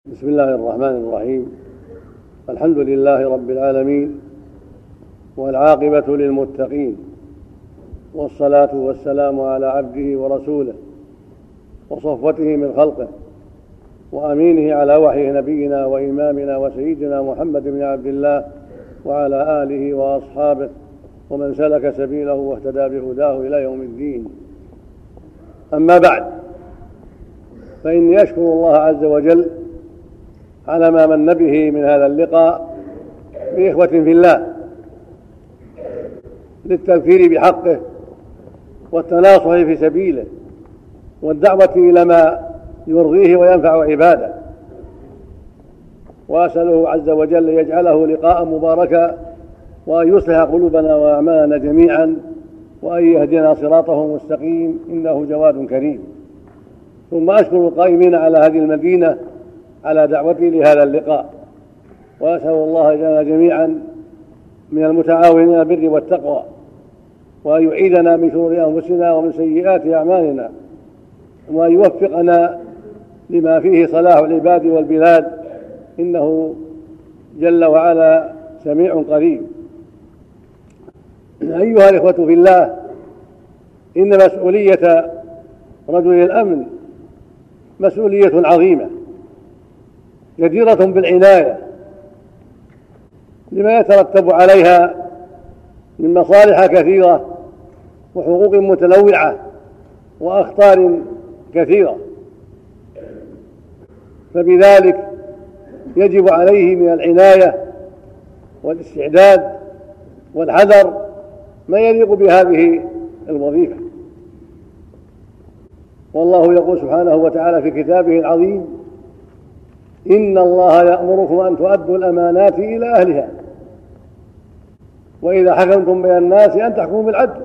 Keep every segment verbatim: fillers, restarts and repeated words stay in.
بسم الله الرحمن الرحيم. الحمد لله رب العالمين، والعاقبة للمتقين، والصلاة والسلام على عبده ورسوله وصفوته من خلقه وأمينه على وحيه نبينا وإمامنا وسيدنا محمد بن عبد الله وعلى آله وأصحابه ومن سلك سبيله واهتدى بهداه إلى يوم الدين. أما بعد، فإني أشكر الله عز وجل على ما من به من هذا اللقاء بإخوة في الله للتذكير بحقه والتناصح في سبيله والدعوة إلى ما يرضيه وينفع عباده، وأسأله عز وجل أن يجعله لقاء مباركا، وأن يصلح قلوبنا وأعمالنا جميعا، وأن يهدينا صراطه المستقيم، إنه جواد كريم. ثم أشكر القائمين على هذه المدينة على دعوتي لهذا اللقاء، وأسأل الله لنا جميعا من المتعاونين بالبر والتقوى، وأن يعيذنا من شرور أنفسنا ومن سيئات أعمالنا، وأن يوفقنا لما فيه صلاح العباد والبلاد، إنه جل وعلا سميع قريب. أيها الإخوة في الله، إن مسؤولية رجل الأمن مسؤولية عظيمة جديرة بالعناية لما يترتب عليها من مصالح كثيرة وحقوق متنوعة وأخطار كثيرة، فبذلك يجب عليه من العناية والاستعداد والحذر ما يليق بهذه الوظيفة. والله يقول سبحانه وتعالى في كتابه العظيم: إن الله يأمركم أن تؤدوا الأمانات إلى أهلها وإذا حكمتم بين الناس أن تحكموا بالعدل.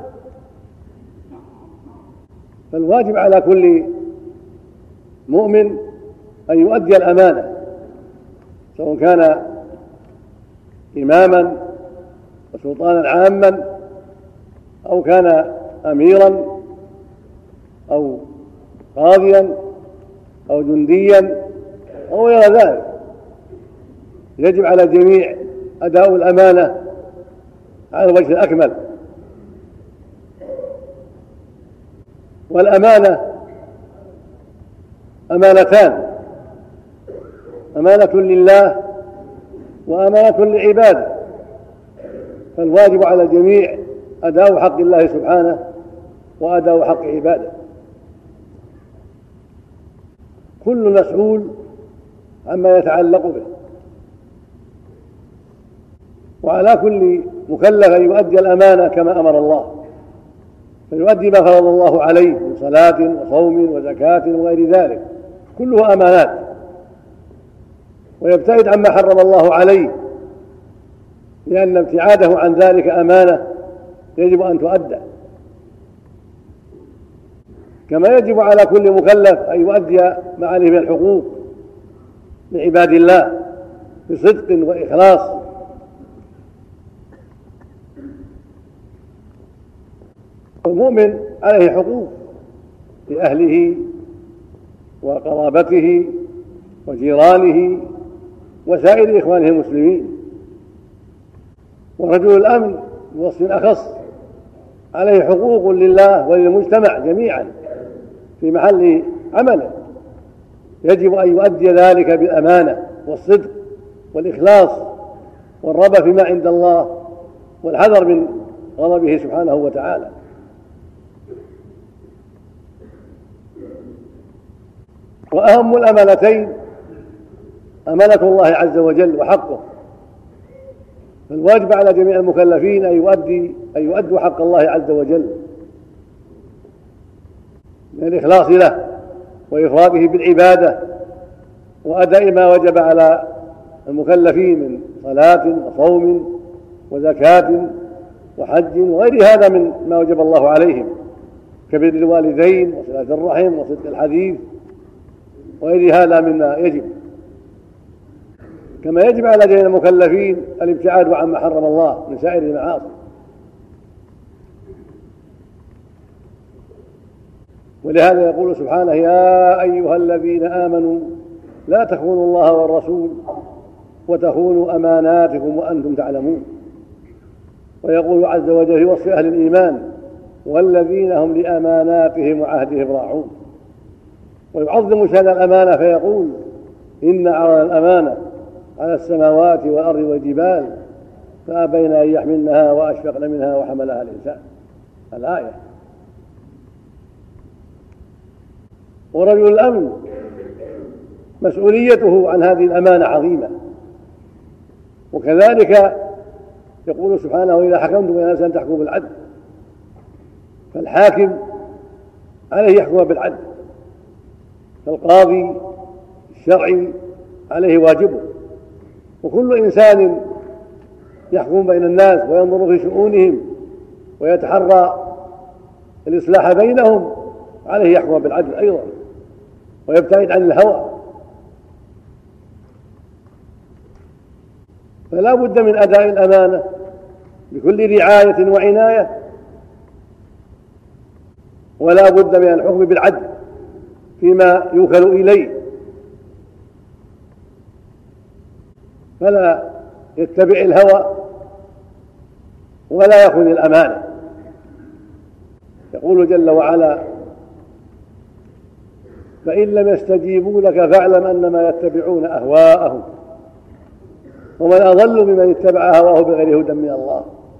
فالواجب على كل مؤمن أن يؤدي الأمانة، سواء كان إماما وسلطانا عاما، أو كان أميرا أو قاضيا أو جنديا أو غير ذلك. يجب على الجميع أداء الأمانة على الوجه الأكمل. والأمانة أمانتان: أمانة لله وأمانة للعباد. فالواجب على الجميع أداء حق الله سبحانه وأداء حق عباده. كل مسؤول عما يتعلق به، وعلى كل مكلف أن يؤدي الأمانة كما أمر الله، فيؤدي ما فرض الله عليه من صلاة وصوم وزكاة وغير ذلك، كله أمانات، ويبتعد عما حرم الله عليه، لأن ابتعاده عن ذلك أمانة يجب أن تؤدى. كما يجب على كل مكلف أن يؤدي ما عليه من الحقوق لعباد الله بصدق وإخلاص. المؤمن عليه حقوق لأهله وقرابته وجيرانه وسائر إخوانه المسلمين. ورجل الأمن بوصف أخص عليه حقوق لله وللمجتمع جميعا في محل عمله، يجب أن يؤدي ذلك بالأمانة والصدق والإخلاص والرغبة فيما عند الله والحذر من غضبه سبحانه وتعالى. وأهم الأمانتين أمانة الله عز وجل وحقه، فالواجب على جميع المكلفين أن يؤدي أن يؤدوا حق الله عز وجل من الإخلاص له وإفراده بالعبادة وأداء ما وجب على المكلفين من صلاة وصوم وزكاة وحج وغير هذا من ما وجب الله عليهم، كبر الوالدين وصلة الرحم وصدق الحديث وغير هذا مما يجب. كما يجب على جميع المكلفين الابتعاد عما حرم الله من سائر المعاصي. ولهذا يقول سبحانه: يا أيها الذين آمنوا لا تخونوا الله والرسول وتخونوا أماناتكم وأنتم تعلمون. ويقول عز وجل في وصف أهل الإيمان والذين هم لأماناتهم وعهدهم راعون. ويعظم شأن الأمانة فيقول إن عرض الأمانة على السماوات والأرض والجبال فأبين أن يحملنها وأشفقن منها وحملها الإنسان. الآية. ورجل الأمن مسؤوليته عن هذه الأمانة عظيمة. وكذلك يقول سبحانه إذا حكمتم بين الناس أن تحكموا بالعدل، فالحاكم عليه يحكم بالعدل، فالقاضي الشرعي عليه واجبه، وكل إنسان يحكم بين الناس وينظر في شؤونهم ويتحرى الإصلاح بينهم عليه يحكم بالعدل أيضا ويبتعد عن الهوى. فلا بد من أداء الأمانة بكل رعاية وعناية، ولا بد من الحكم بالعدل فيما يوكل إليه، فلا يتبع الهوى ولا يأخذ الأمانة. يقول جل وعلا فإن لم يستجيبوا لك فاعلم أنما يتبعون أهواءهم ومن أضل ممن اتبع هواه بغير هدى من الله.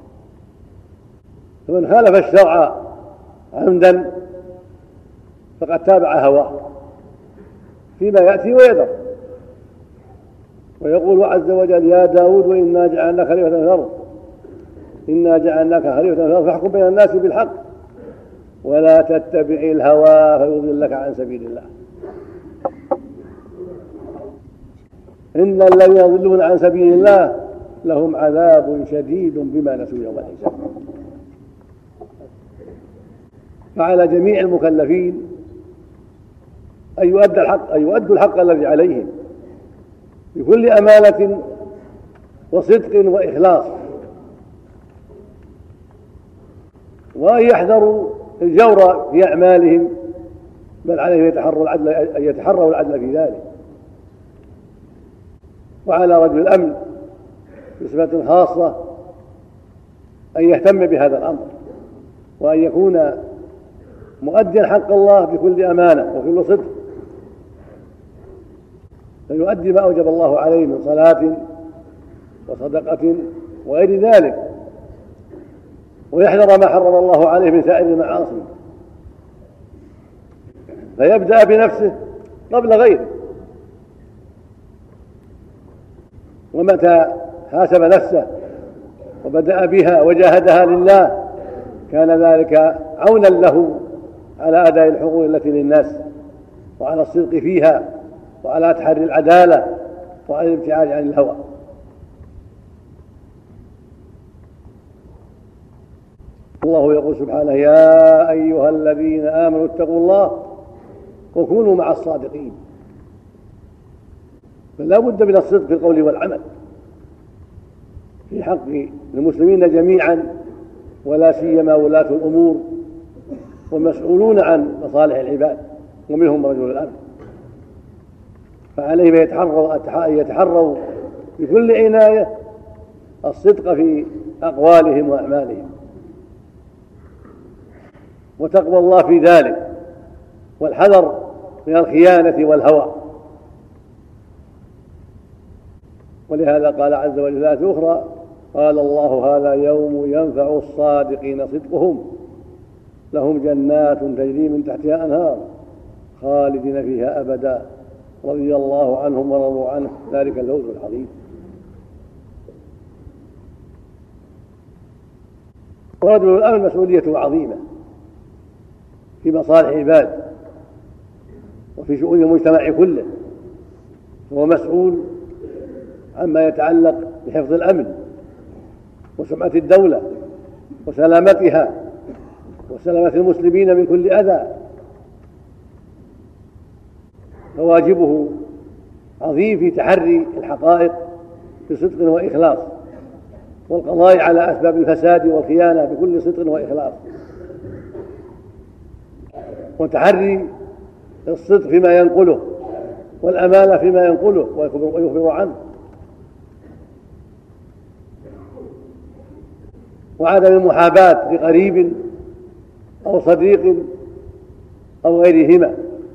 فمن خالف الشرع عمدا فقد تابع هواه فيما يأتي ويذر. ويقول عز وجل يا داود وإنا جعلناك خليفة في الأرض إنا جعلناك خليفة في الأرض فاحكم بين الناس بالحق ولا تتبع الهوى فيضلك عن سبيل الله إن الذين يضلون عن سبيل الله لهم عذاب شديد بما نسوا يوم الحساب. فعلى جميع المكلفين أن يؤدوا الحق أن يؤدوا الحق الذي عليهم بكل أمانة وصدق وإخلاص، وأن يحذروا الجور في أعمالهم، بل عليهم يتحروا العدل أن يتحروا العدل في ذلك. وعلى رجل الأمن بصفة خاصة أن يهتم بهذا الأمر وأن يكون مؤديا حق الله بكل أمانة وكل صدق، فيؤدي ما أوجب الله عليه من صلاة وصدقة وغير ذلك، ويحذر ما حرم الله عليه من سائر المعاصي، فيبدأ بنفسه قبل غيره. ومتى حاسب نفسه وبدأ بها وجاهدها لله كان ذلك عونا له على أداء الحقوق التي للناس وعلى الصدق فيها وعلى تحري العدالة وعلى الابتعاد عن الهوى. الله يقول سبحانه يا أيها الذين آمنوا اتقوا الله وكونوا مع الصادقين. فلا بد من الصدق في القول والعمل في حق المسلمين جميعا، ولا سيما ولاة الأمور ومسؤولون عن مصالح العباد ومنهم رجل الأمن. فعليهم أن يتحروا بكل عناية الصدق في أقوالهم وأعمالهم وتقوى الله في ذلك، والحذر من الخيانة والهوى. ولهذا قال عز وجل في آية أخرى قال الله هذا يوم ينفع الصادقين صدقهم لهم جنات تجري من تحتها أنهار خالدين فيها أبدا رضي الله عنهم ورضوا عنه ذلك الفوز العظيم. ورجل الأمن مسؤوليته عظيمة في مصالح العباد وفي شؤون المجتمع كله، هو مسؤول عما يتعلق بحفظ الأمن وسمعة الدولة وسلامتها وسلامة المسلمين من كل أذى. فواجبه عظيم في تحري الحقائق بصدق وإخلاص والقضاء على أسباب الفساد والخيانة بكل صدق وإخلاص، وتحري الصدق فيما ينقله والأمانة فيما ينقله ويخبر عنه، وعدم المحاباة لقريب أو صديق أو غيرهما،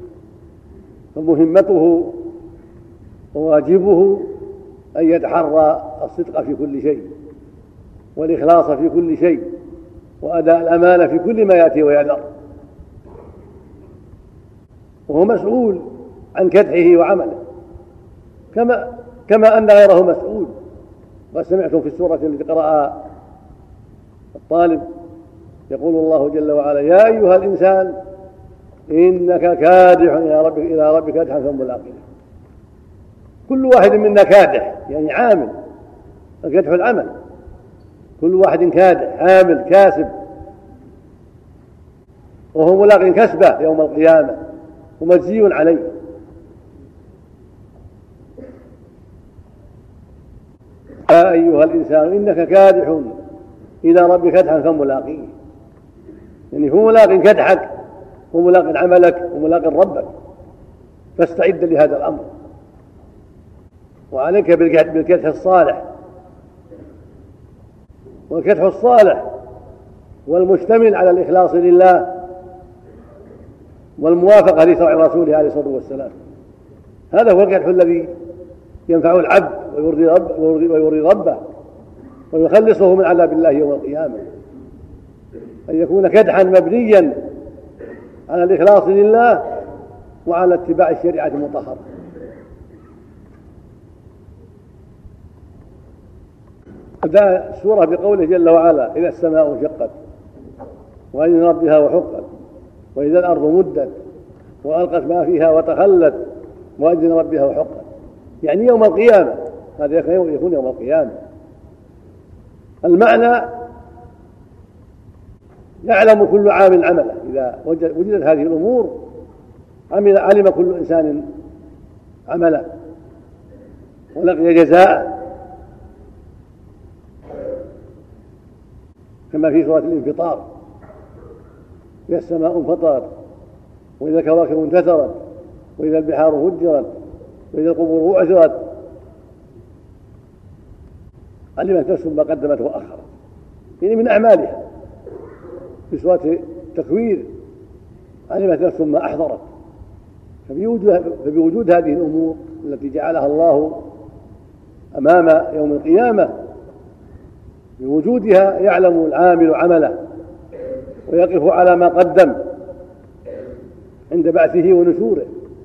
فمهمته وواجبه أن يتحرى الصدق في كل شيء والإخلاص في كل شيء وأداء الأمانة في كل ما يأتي ويذر، وهو مسؤول عن كدحه وعمله كما كما أن غيره مسؤول. وسمعتم في السورة التي قرأها الطالب يقول الله جل وعلا: يا أيها الإنسان إنك كادح إلى ربك إلى ربك كدحا فملاقيه. كل واحد منا كادح، يعني عامل، الكدح العمل، كل واحد كادح عامل كاسب، وهو ملاق كسبه يوم القيامة ومجزي عليه. يا أيها الإنسان إنك كادح إلى ربك كدحا فملاقيه، يعني هو ملاق كدحك وملاق عملك وملاق ربك، فاستعد لهذا الأمر، وعليك بالكدح الصالح. والكدح الصالح والمشتمل على الإخلاص لله والموافقة لشرع رسوله عليه الصلاة والسلام، هذا هو الكدح الذي ينفع العبد ويرضي ربه, ويرضي ربه ويخلصه من عذاب الله يوم القيامة، أن يكون كدحا مبنيا على الإخلاص لله وعلى اتباع الشريعة المطهرة. بدأ السورة بقوله جل وعلا: إذا السماء انشقت وأذن ربها وحقت وإذا الأرض مدت وألقت ما فيها وتخلت وأذن ربها وحقت، يعني يوم القيامة، هذا يكون يوم القيامة. المعنى: يعلم كل عامل عمله، إذا وجدت هذه الأمور علم كل إنسان عمله ولقي جزاءه، كما في سورة الانفطار: إذا السماء انفطرت وإذا الكواكب انتثرت وإذا البحار فجرت وإذا القبور بعثرت علمت نفس ما قدمت وأخرت، يعني من أعمالها. في سورة التكوير: علمت نفس ما أحضرت. فبوجود هذه الأمور التي جعلها الله أمام يوم القيامة، بوجودها يعلم العامل عمله ويقف على ما قدم عند بعثه ونشوره.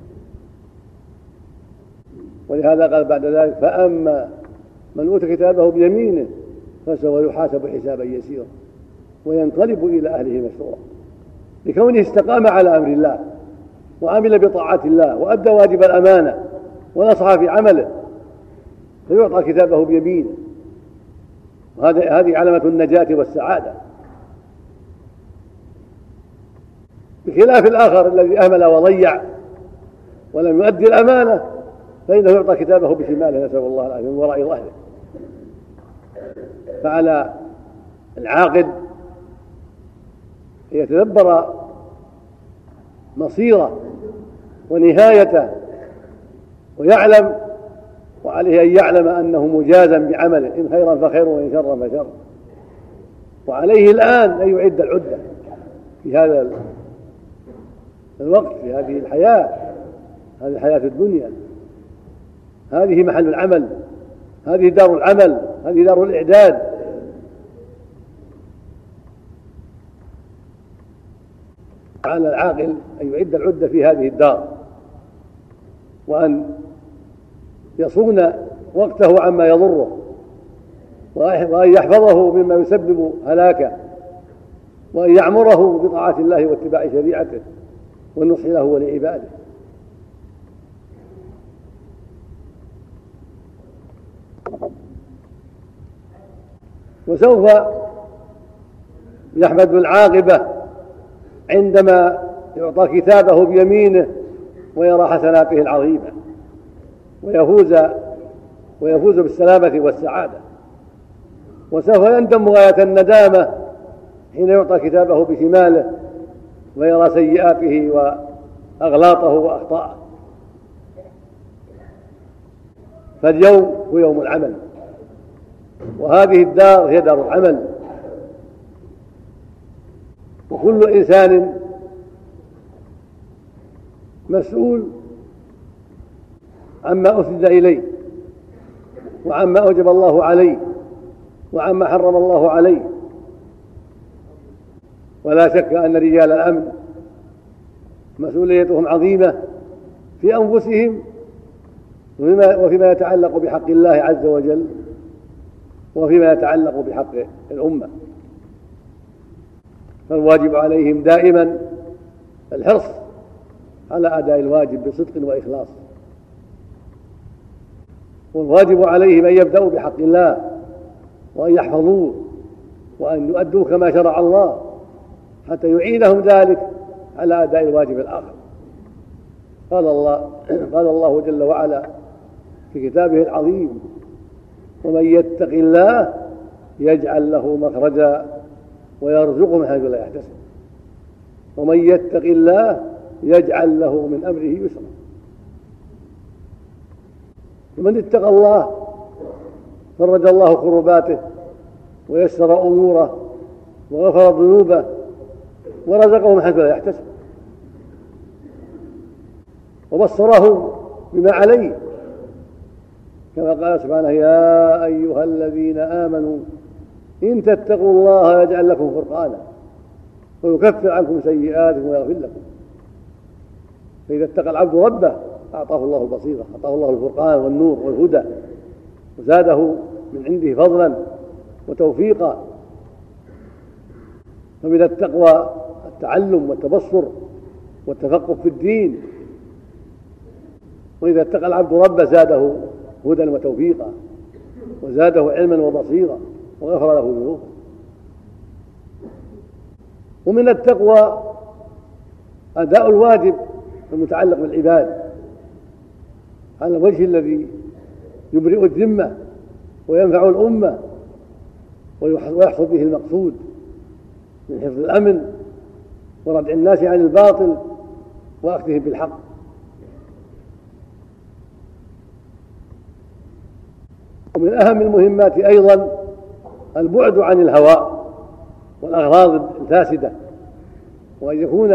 ولهذا قال بعد ذلك: فأما من أوتي كتابه بيمينه فسوف يحاسب حسابا يسيرا وينقلب إلى أهله مسرورا، لكونه استقام على أمر الله وعمل بطاعة الله وأدى واجب الأمانة ونصح في عمله، فيعطى كتابه بيمينه، وهذه علامة النجاة والسعادة، بخلاف الآخر الذي أهمل وضيع ولم يؤدي الأمانة، فإنه يعطى كتابه بشماله، نسأل الله العافية، من وراء ظهره. فعلى العاقل يتدبر مصيره ونهايته ويعلم، وعليه أن يعلم أنه مجازا بعمله، إن خيرا فخير وإن شرا فشر. وعليه الآن أن يعد العدة في هذا الوقت، في هذه الحياة، هذه حياة الدنيا، هذه محل العمل، هذه دار العمل، هذه دار الإعداد. على العاقل أن يعد العدة في هذه الدار، وأن يصون وقته عما يضره، وأن يحفظه مما يسبب هلاكه، وأن يعمره بطاعة الله واتباع شريعته والنصح له ولعباده. وسوف يحمد العاقبة عندما يعطى كتابه بيمينه ويرى حسناته العظيمة ويفوز ويفوز بالسلامة والسعادة. وسوف يندم غاية الندامة حين يعطى كتابه بشماله ويرى سيئاته وأغلاطه وأخطاءه. فاليوم هو يوم العمل، وهذه الدار هي دار العمل، وكل إنسان مسؤول عما أسند إليه وعما أوجب الله عليه وعما حرم الله عليه. ولا شك أن رجال الأمن مسؤوليتهم عظيمة في أنفسهم وفيما يتعلق بحق الله عز وجل وفيما يتعلق بحق الأمة. فالواجب عليهم دائما الحرص على أداء الواجب بصدق وإخلاص، والواجب عليهم أن يبدأوا بحق الله وأن يحفظوه وأن يؤدوا كما شرع الله حتى يعينهم ذلك على أداء الواجب الآخر. قال الله قال الله جل وعلا في كتابه العظيم: ومن يتق الله يجعل له مخرجا ويرزقه من حيث لا يحتسب. ومن يتق الله يجعل له من أمره يسرا. ومن اتقى الله فرج الله كرباته ويسر أموره وغفر ذنوبه ورزقه من حيث لا يحتسب، وبصره بما عليه، كما قال سبحانه: يا أيها الذين آمنوا إن تتقوا الله يجعل لكم فرقانا ويكفر عنكم سيئاتكم ويغفر لكم. فإذا اتقى العبد ربه أعطاه الله البصيرة، أعطاه الله الفرقان والنور والهدى، وزاده من عنده فضلا وتوفيقا. فمن التقوى التعلم والتبصر والتفقه في الدين. وإذا اتقى العبد ربه زاده هدى وتوفيقا وزاده علما وبصيرا وغفر له ذنوبه. ومن التقوى أداء الواجب المتعلق بالعباد على الوجه الذي يبرئ الذمة وينفع الأمة ويحصل به المقصود من حفظ الأمن وردع الناس عن الباطل وأخذهم بالحق. ومن أهم المهمات أيضا البعد عن الهوى والأغراض الفاسدة، وأن يكون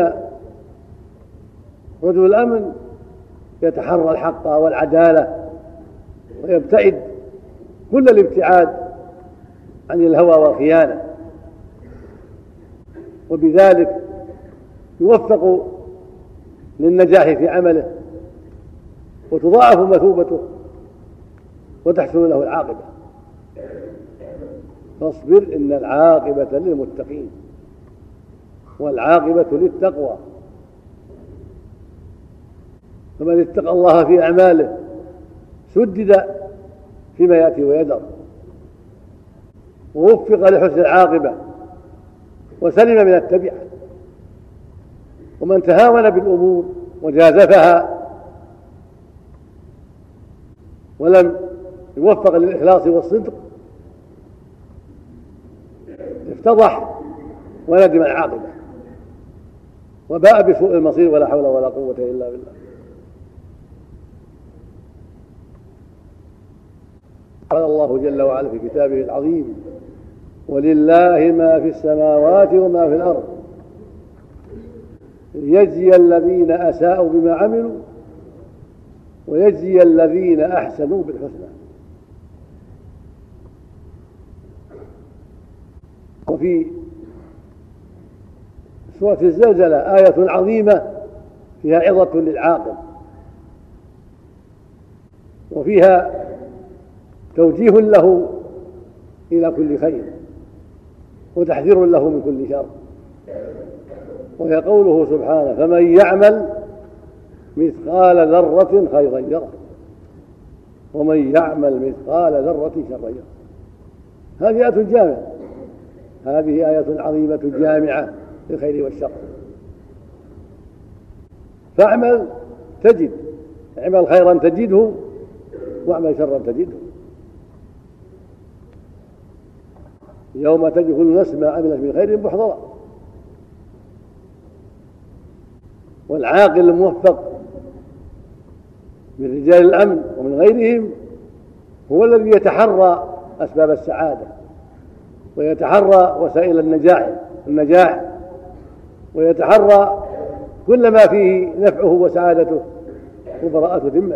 رجل الأمن يتحرى الحق والعدالة ويبتعد كل الابتعاد عن الهوى والخيانة، وبذلك يوفق للنجاح في عمله وتضاعف مثوبته وتحصل له العاقبة. فاصبر إن العاقبة للمتقين والعاقبة للتقوى. فمن اتقى الله في أعماله سدد فيما يأتي ويذر ووفق لحسن العاقبة وسلم من التبعة. ومن تهاون بالأمور وجازفها ولم يوفق للإخلاص والصدق افتضح وندم العاقبة وباء بسوء المصير، ولا حول ولا قوة إلا بالله. قال الله جل وعلا في كتابه العظيم: ولله ما في السماوات وما في الأرض ليجزي الذين أساءوا بما عملوا ويجزي الذين أحسنوا بالحسنى. وفي سورة الزلزلة آية عظيمة فيها عظة للعاقل وفيها توجيه له إلى كل خير وتحذير له من كل شر، وهي قوله سبحانه: فمن يعمل مثقال ذرة خيرا يره ومن يعمل مثقال ذرة شرا يره. هذه آية جامعة، هذه آية عظيمة جامعة للخير والشر. فاعمل تجد، اعمل خيرا تجده واعمل شرا تجده. يوم تجد كل نفس ما عملت من خير محضرا. والعاقل الموفق من رجال الأمن ومن غيرهم هو الذي يتحرى أسباب السعادة ويتحرى وسائل النجاح النجاح ويتحرى كل ما فيه نفعه وسعادته وبراءة ذمته.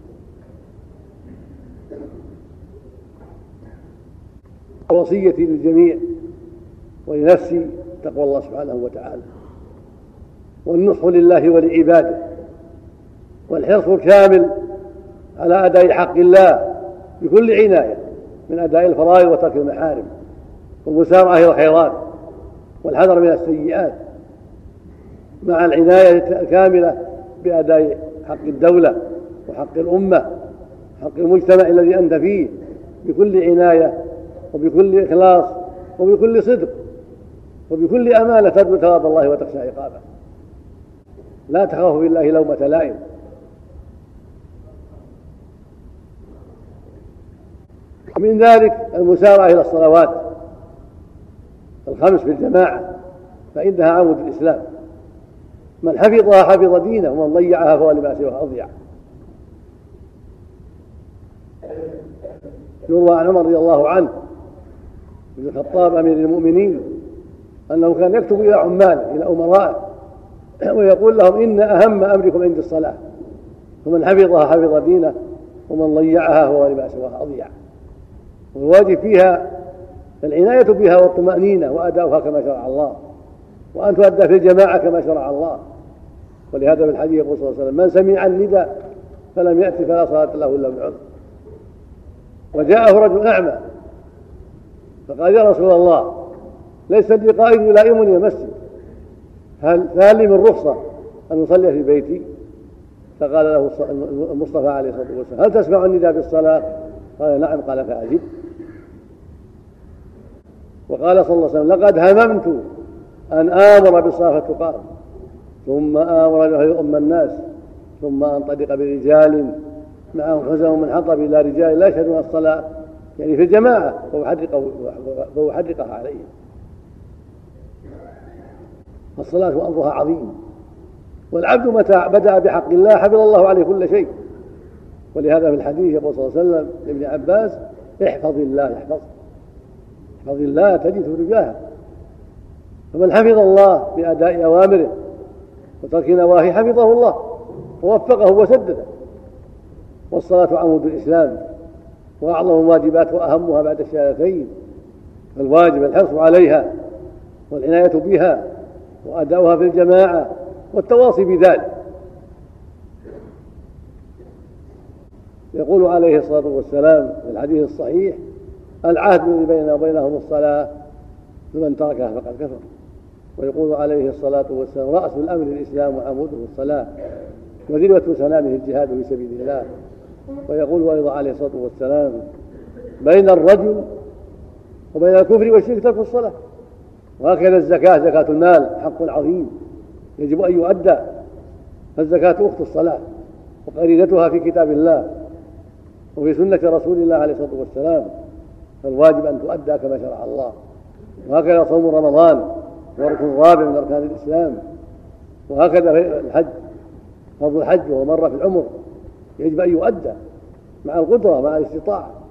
وصيتي للجميع ولنفسي تقوى الله سبحانه وتعالى، والنصح لله ولعباده، والحرص الكامل على أداء حق الله بكل عناية من أداء الفرائض وترك المحارم، والمسارعة إلى الخيرات والحذر من السيئات، مع العناية الكاملة بأداء حق الدولة وحق الأمة حق المجتمع الذي أنت فيه بكل عناية وبكل إخلاص وبكل صدق وبكل أمانة ترجو ثواب الله وتخشى عقابه، لا تخاف بالله لومة لائم. من ذلك المسارعة إلى الصلوات الخمس في الجماعة، فإنها عمود الإسلام، من حفظها حفظ دينه ومن ضيعها فهو لما سواها أضيع. يروى عن عمر رضي الله عنه بن الخطاب أمير المؤمنين أنه كان يكتب إلى عماله إلى أمرائه ويقول لهم إن أهم أمركم عند الصلاة، ومن حفظها حفظ دينه ومن ضيعها فهو لما سواها أضيع. والواجب فيها العناية بها والطمأنينة وأداؤها كما شرع الله، وأن تؤدى في الجماعة كما شرع الله. ولهذا في الحديث يقول صلى الله عليه وسلم من سمع النداء فلم يأتي فلا صلاة له إلا بالعذر. وجاءه رجل أعمى فقال يا رسول الله ليس لي قائد يلائمني المسجد، هل لي من رخصة أن أصلي في بيتي؟ فقال له المصطفى عليه الصلاة والسلام هل تسمع النداء بالصلاة؟ قال نعم. قال فأجب. وقال صلى الله عليه وسلم لقد هممت أن آمر بالصلاة فتقام ثم آمر له يؤم الناس ثم أنطلق برجال معهم حزم من حطب إلى رجال لا يشهدون الصلاة يعني في الجماعة فأحرقها عليهم. فالصلاة أمرها عظيم، والعبد متى بدأ بحق الله حفظ الله عليه كل شيء. ولهذا في الحديث يقول صلى الله عليه وسلم لابن عباس احفظ الله يحفظ احفظ الله تجده تجاهه. فمن حفظ الله بأداء أوامره وترك نواهيه حفظه الله ووفقه وسدده. والصلاة عمود الإسلام وأعظم الواجبات وأهمها بعد الشهادتين، فالواجب الحرص عليها والعناية بها وأداؤها في الجماعة والتواصي بذلك. يقول عليه الصلاة والسلام في الحديث الصحيح العهد الذي بيننا وبينهم الصلاة فمن تركها فقد كفر. ويقول عليه الصلاة والسلام رأس الأمر الإسلام وعموده الصلاة وذروة سنامه الجهاد في سبيل الله. ويقول أيضا عليه الصلاة والسلام بين الرجل وبين الكفر والشرك ترك الصلاة. وهكذا الزكاة زكاة المال حق عظيم يجب أن يؤدى، فالزكاة أخت الصلاة وقرينتها في كتاب الله وفي سنة رسول الله عليه الصلاة والسلام، فالواجب أن تؤدى كما شرع الله. وهكذا صوم رمضان وركن رابع من أركان الإسلام. وهكذا الحج فرض الحج وهو مرة في العمر يجب أن يؤدى مع القدرة مع الاستطاعة.